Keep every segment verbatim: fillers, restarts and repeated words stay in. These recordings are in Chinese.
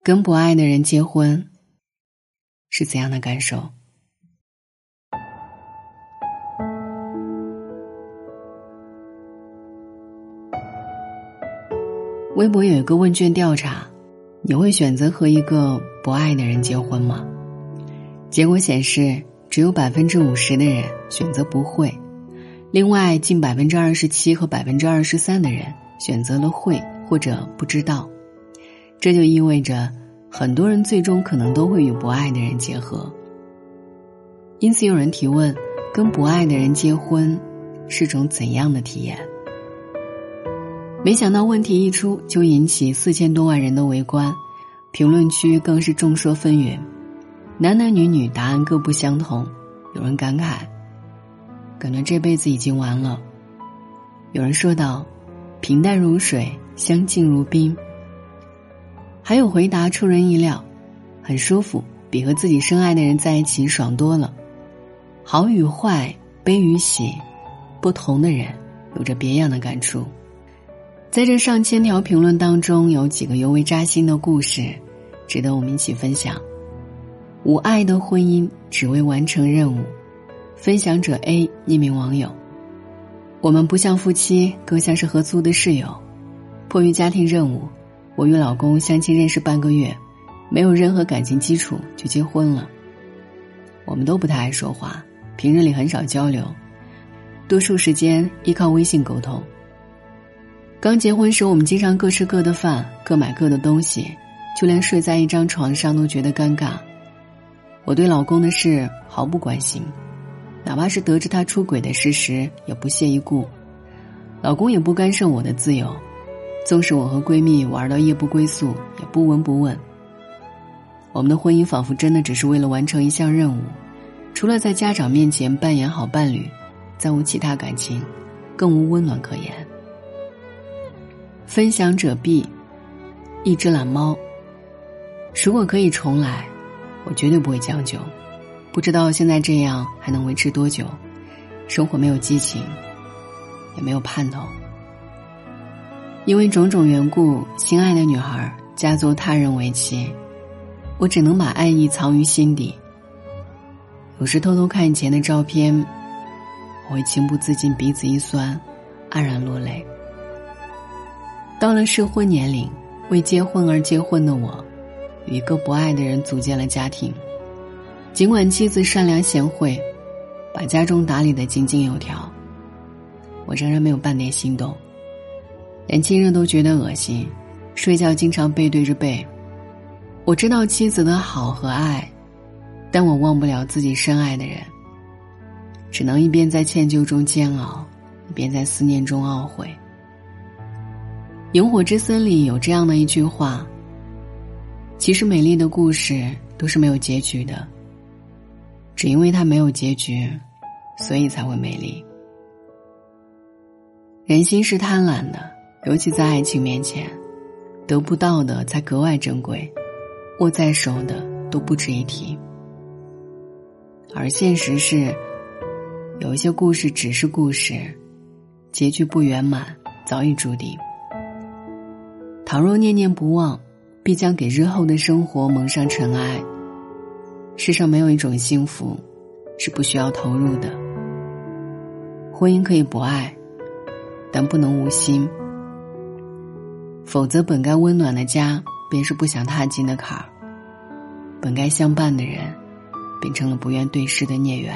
跟不爱的人结婚是怎样的感受？微博有一个问卷调查，你会选择和一个不爱的人结婚吗？结果显示，只有百分之五十的人选择不会，另外近百分之二十七和百分之二十三的人选择了会或者不知道。这就意味着，很多人最终可能都会与不爱的人结合。因此有人提问，跟不爱的人结婚是种怎样的体验？没想到问题一出就引起四千多万人的围观，评论区更是众说纷纭，男男女女答案各不相同。有人感慨，感觉这辈子已经完了。有人说道，平淡如水，相敬如宾。还有回答出人意料，很舒服，比和自己深爱的人在一起爽多了。好与坏，悲与喜，不同的人有着别样的感触。在这上千条评论当中，有几个尤为扎心的故事值得我们一起分享。无爱的婚姻只为完成任务。分享者 A 匿名网友，我们不像夫妻，更像是合租的室友。迫于家庭任务，我与老公相亲认识半个月，没有任何感情基础就结婚了。我们都不太爱说话，平日里很少交流，多数时间依靠微信沟通。刚结婚时，我们经常各吃各的饭，各买各的东西，就连睡在一张床上都觉得尴尬。我对老公的事毫不关心，哪怕是得知他出轨的事实也不屑一顾。老公也不干涉我的自由，纵使我和闺蜜玩到夜不归宿，也不闻不问。我们的婚姻仿佛真的只是为了完成一项任务，除了在家长面前扮演好伴侣，再无其他感情，更无温暖可言。分享者 B 一只懒猫，如果可以重来，我绝对不会将就。不知道现在这样还能维持多久，生活没有激情，也没有盼头。因为种种缘故，心爱的女孩嫁作他人为妻，我只能把爱意藏于心底。有时偷偷看以前的照片，我会情不自禁鼻子一酸，黯然落泪。到了适婚年龄，为结婚而结婚的我，与一个不爱的人组建了家庭。尽管妻子善良贤惠，把家中打理得井井有条，我仍然没有半点心动，连亲人都觉得恶心，睡觉经常背对着背。我知道妻子的好和爱，但我忘不了自己深爱的人，只能一边在歉疚中煎熬，一边在思念中懊悔。萤火之森里有这样的一句话，其实美丽的故事都是没有结局的，只因为它没有结局，所以才会美丽。人心是贪婪的，尤其在爱情面前，得不到的才格外珍贵，握在手的都不值一提。而现实是，有一些故事只是故事，结局不圆满，早已注定。倘若念念不忘，必将给日后的生活蒙上尘埃。世上没有一种幸福是不需要投入的。婚姻可以不爱，但不能无心，否则本该温暖的家便是不想踏进的坎儿，本该相伴的人变成了不愿对视的孽缘。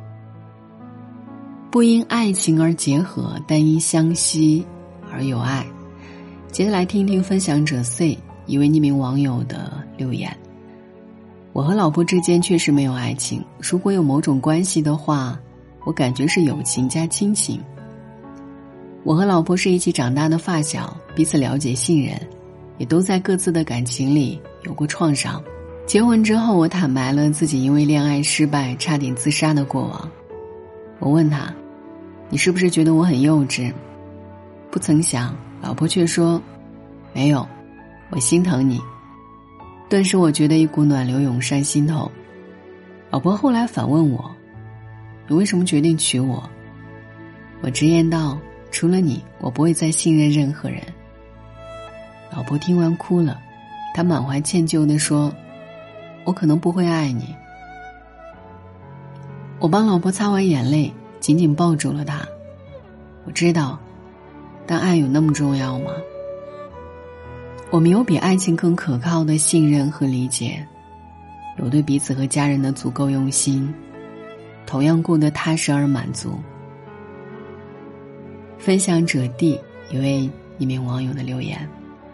不因爱情而结合，但因相惜而有爱。接下来听听分享者 C 一位匿名网友的留言。我和老婆之间确实没有爱情，如果有某种关系的话，我感觉是友情加亲情。我和老婆是一起长大的发小，彼此了解信任，也都在各自的感情里有过创伤。结婚之后，我坦白了自己因为恋爱失败差点自杀的过往。我问他，你是不是觉得我很幼稚？不曾想，老婆却说，没有，我心疼你。顿时我觉得一股暖流涌上心头。老婆后来反问我，你为什么决定娶我？我直言道，除了你，我不会再信任任何人。老婆听完哭了， 他满怀歉疚地说，我可能不会爱你。我帮老婆擦完眼泪，紧紧抱住了她。我知道，但爱有那么重要吗？我们有比爱情更可靠的信任和理解，有对彼此和家人的足够用心，同样过得踏实而满足。分享者 D 一位一名网友的留言，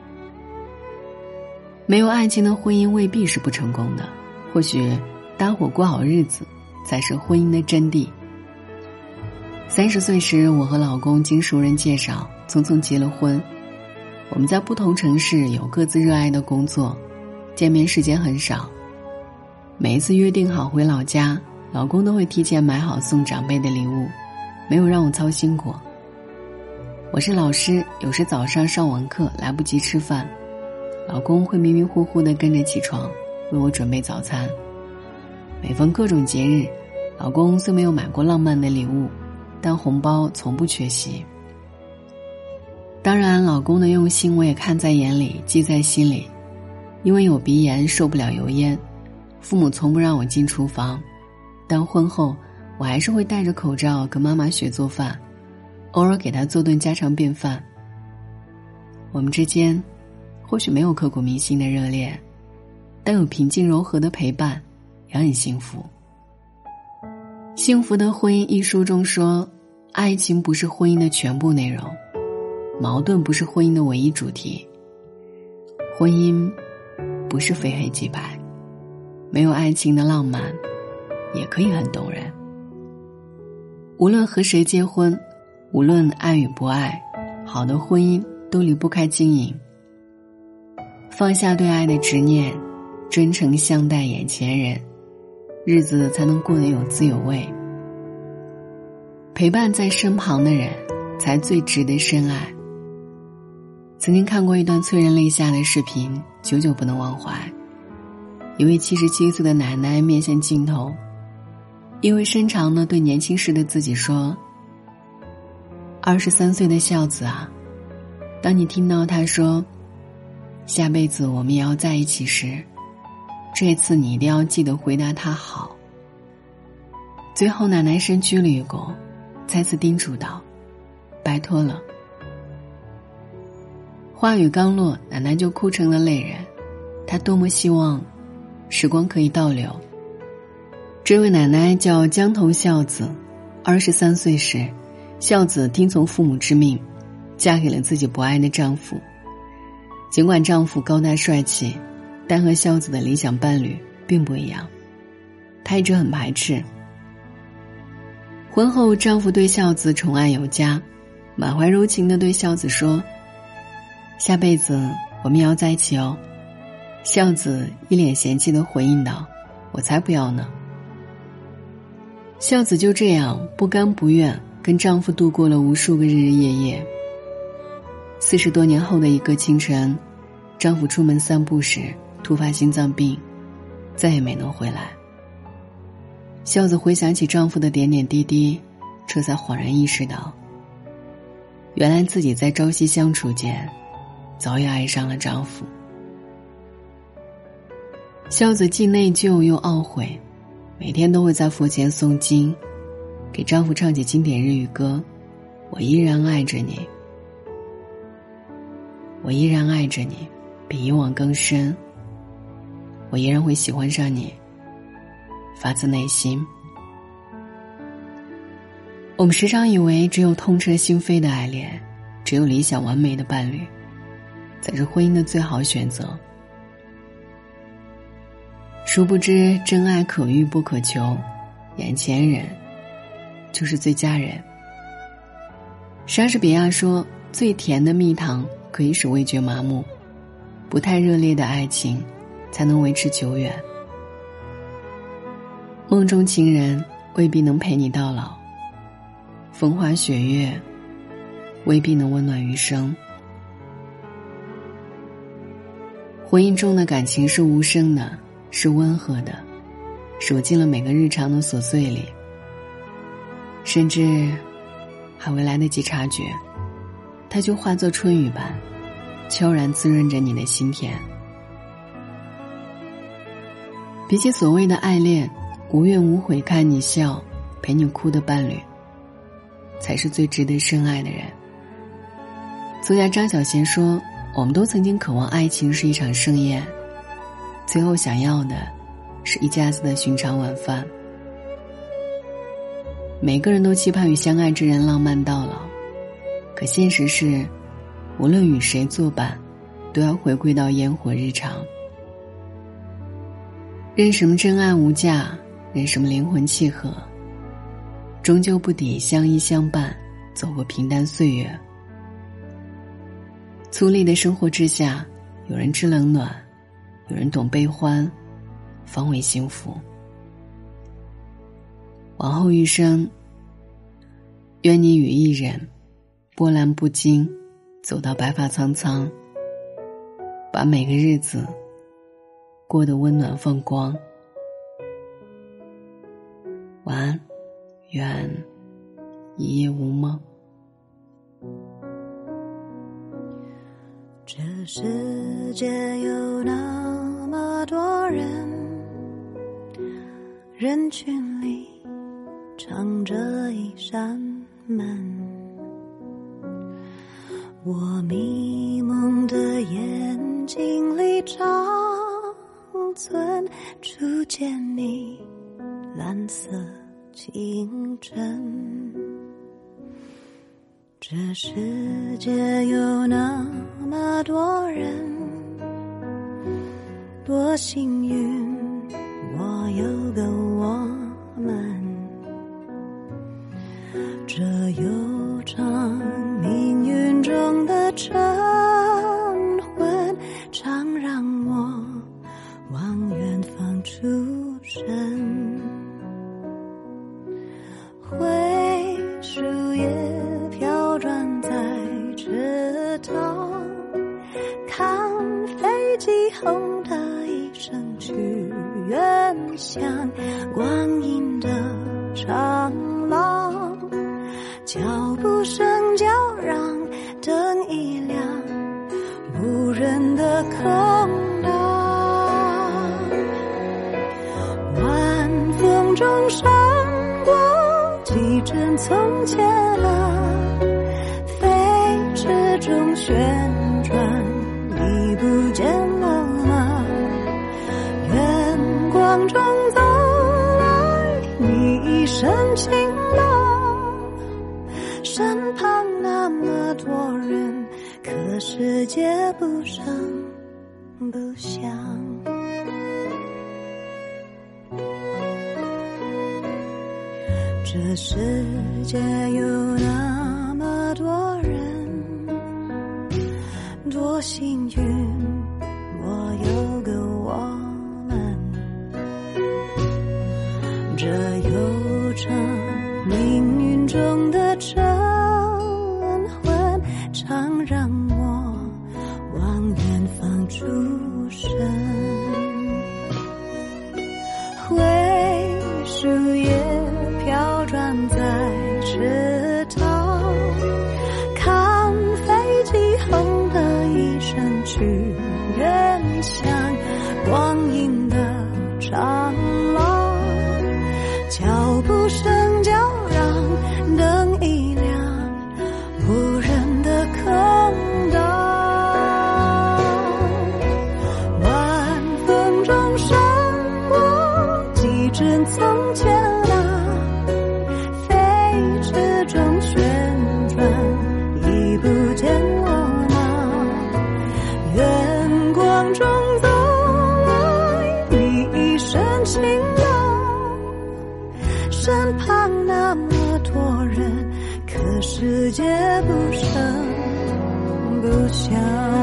没有爱情的婚姻未必是不成功的，或许搭伙过好日子才是婚姻的真谛。三十岁时，我和老公经熟人介绍匆匆结了婚。我们在不同城市有各自热爱的工作，见面时间很少。每一次约定好回老家，老公都会提前买好送长辈的礼物，没有让我操心过。我是老师，有时早上上完课来不及吃饭，老公会迷迷糊糊地跟着起床，为我准备早餐。每逢各种节日，老公虽没有买过浪漫的礼物，但红包从不缺席。当然，老公的用心我也看在眼里，记在心里。因为有鼻炎，受不了油烟，父母从不让我进厨房，但婚后我还是会戴着口罩跟妈妈学做饭，偶尔给她做顿家常便饭。我们之间或许没有刻骨铭心的热恋，但有平静柔和的陪伴，也很幸福。《幸福的婚姻》一书中说，爱情不是婚姻的全部内容，矛盾不是婚姻的唯一主题，婚姻不是非黑即白，没有爱情的浪漫也可以很动人。无论和谁结婚，无论爱与不爱，好的婚姻都离不开经营。放下对爱的执念，真诚相待眼前人，日子才能过得有滋有味。陪伴在身旁的人才最值得深爱。曾经看过一段催人泪下的视频，久久不能忘怀。一位七十七岁的奶奶面向镜头，意味深长地对年轻时的自己说，二十三岁的孝子啊，当你听到他说下辈子我们也要在一起时，这次你一定要记得回答他好。最后奶奶深鞠了一躬，再次叮嘱道，拜托了。话语刚落，奶奶就哭成了泪人。她多么希望时光可以倒流。这位奶奶叫江头孝子，二十三岁时，孝子听从父母之命，嫁给了自己不爱的丈夫。尽管丈夫高大帅气，但和孝子的理想伴侣并不一样，她一直很排斥。婚后，丈夫对孝子宠爱有加，满怀柔情地对孝子说，下辈子我们也要在一起哦。孝子一脸嫌弃地回应道，我才不要呢。孝子就这样不甘不愿跟丈夫度过了无数个日日夜夜。四十多年后的一个清晨，丈夫出门散步时突发心脏病，再也没能回来。孝子回想起丈夫的点点滴滴，这才恍然意识到，原来自己在朝夕相处间早已爱上了丈夫。孝子既内疚又懊悔，每天都会在佛前诵经，给丈夫唱起经典日语歌，我依然爱着你，我依然爱着你，比以往更深，我依然会喜欢上你，发自内心。我们时常以为只有痛彻心扉的爱恋，只有理想完美的伴侣，才是婚姻的最好选择。殊不知，真爱可遇不可求，眼前人就是最佳人。莎士比亚说，最甜的蜜糖可以使味觉麻木，不太热烈的爱情才能维持久远。梦中情人未必能陪你到老，风花雪月未必能温暖余生。婚姻中的感情是无声的，是温和的，守进了每个日常的琐碎里，甚至还未来得及察觉，它就化作春雨般悄然滋润着你的心田。 比起所谓的爱恋，无怨无悔看你笑陪你哭的伴侣才是最值得深爱的人。作家张小娴说，我们都曾经渴望爱情是一场盛宴，最后想要的是一家子的寻常晚饭。每个人都期盼与相爱之人浪漫到老，可现实是无论与谁作伴，都要回归到烟火日常。任什么真爱无价，任什么灵魂契合，终究不抵相依相伴，走过平淡岁月。粗粝的生活之下，有人知冷暖，有人懂悲欢，方为幸福。往后余生，愿你与一人波澜不惊，走到白发苍苍，把每个日子过得温暖放光。晚安，愿一夜无梦。 这世界有那么多人，人群里藏着一扇门，我迷蒙的眼睛里长存初见你蓝色清晨。这世界有那么多人，多幸运我有个我们，这悠长命运中的晨昏，常让我往远方出神。灰树叶飘转在池塘，看飞机轰的一声去远乡，光阴的长廊，脚步声叫嚷，灯一亮，无人的空荡，晚风中闪过几帧从前啊，飞驰中旋转，已不见了吗？远光中走来你一身晴朗，身旁那么多人，可世界不声不响。这世界有那么多人，多幸运我有个我们，这悠长命运中的晨昏，常让我往远方出神。灰树叶飘转在池塘，看飞机轰的一声去远乡，光阴的长廊，脚步声叫嚷，灯一亮，无人的空荡，晚风中闪过几帧从前啊，飞驰中旋转，已不见了吗？远光中走来你一身晴朗，身旁那么多人，可世界不声不响，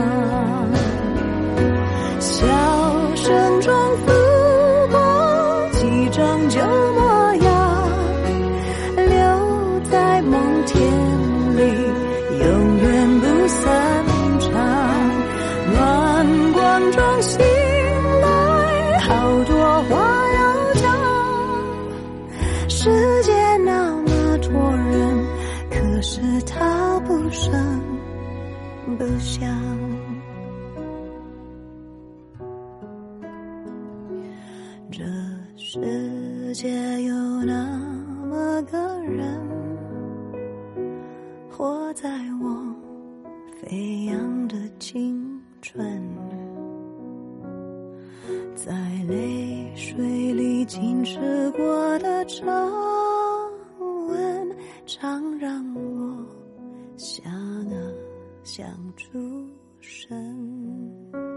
笑声中拂过几张旧模样，留在梦田里，永远不散场。暖光中醒来，好多话要讲，世界那么多人，可是他不声不响。这世界有那么个人，活在我飞扬的青春，在泪水里浸湿过的皱纹，常让我想啊想出神。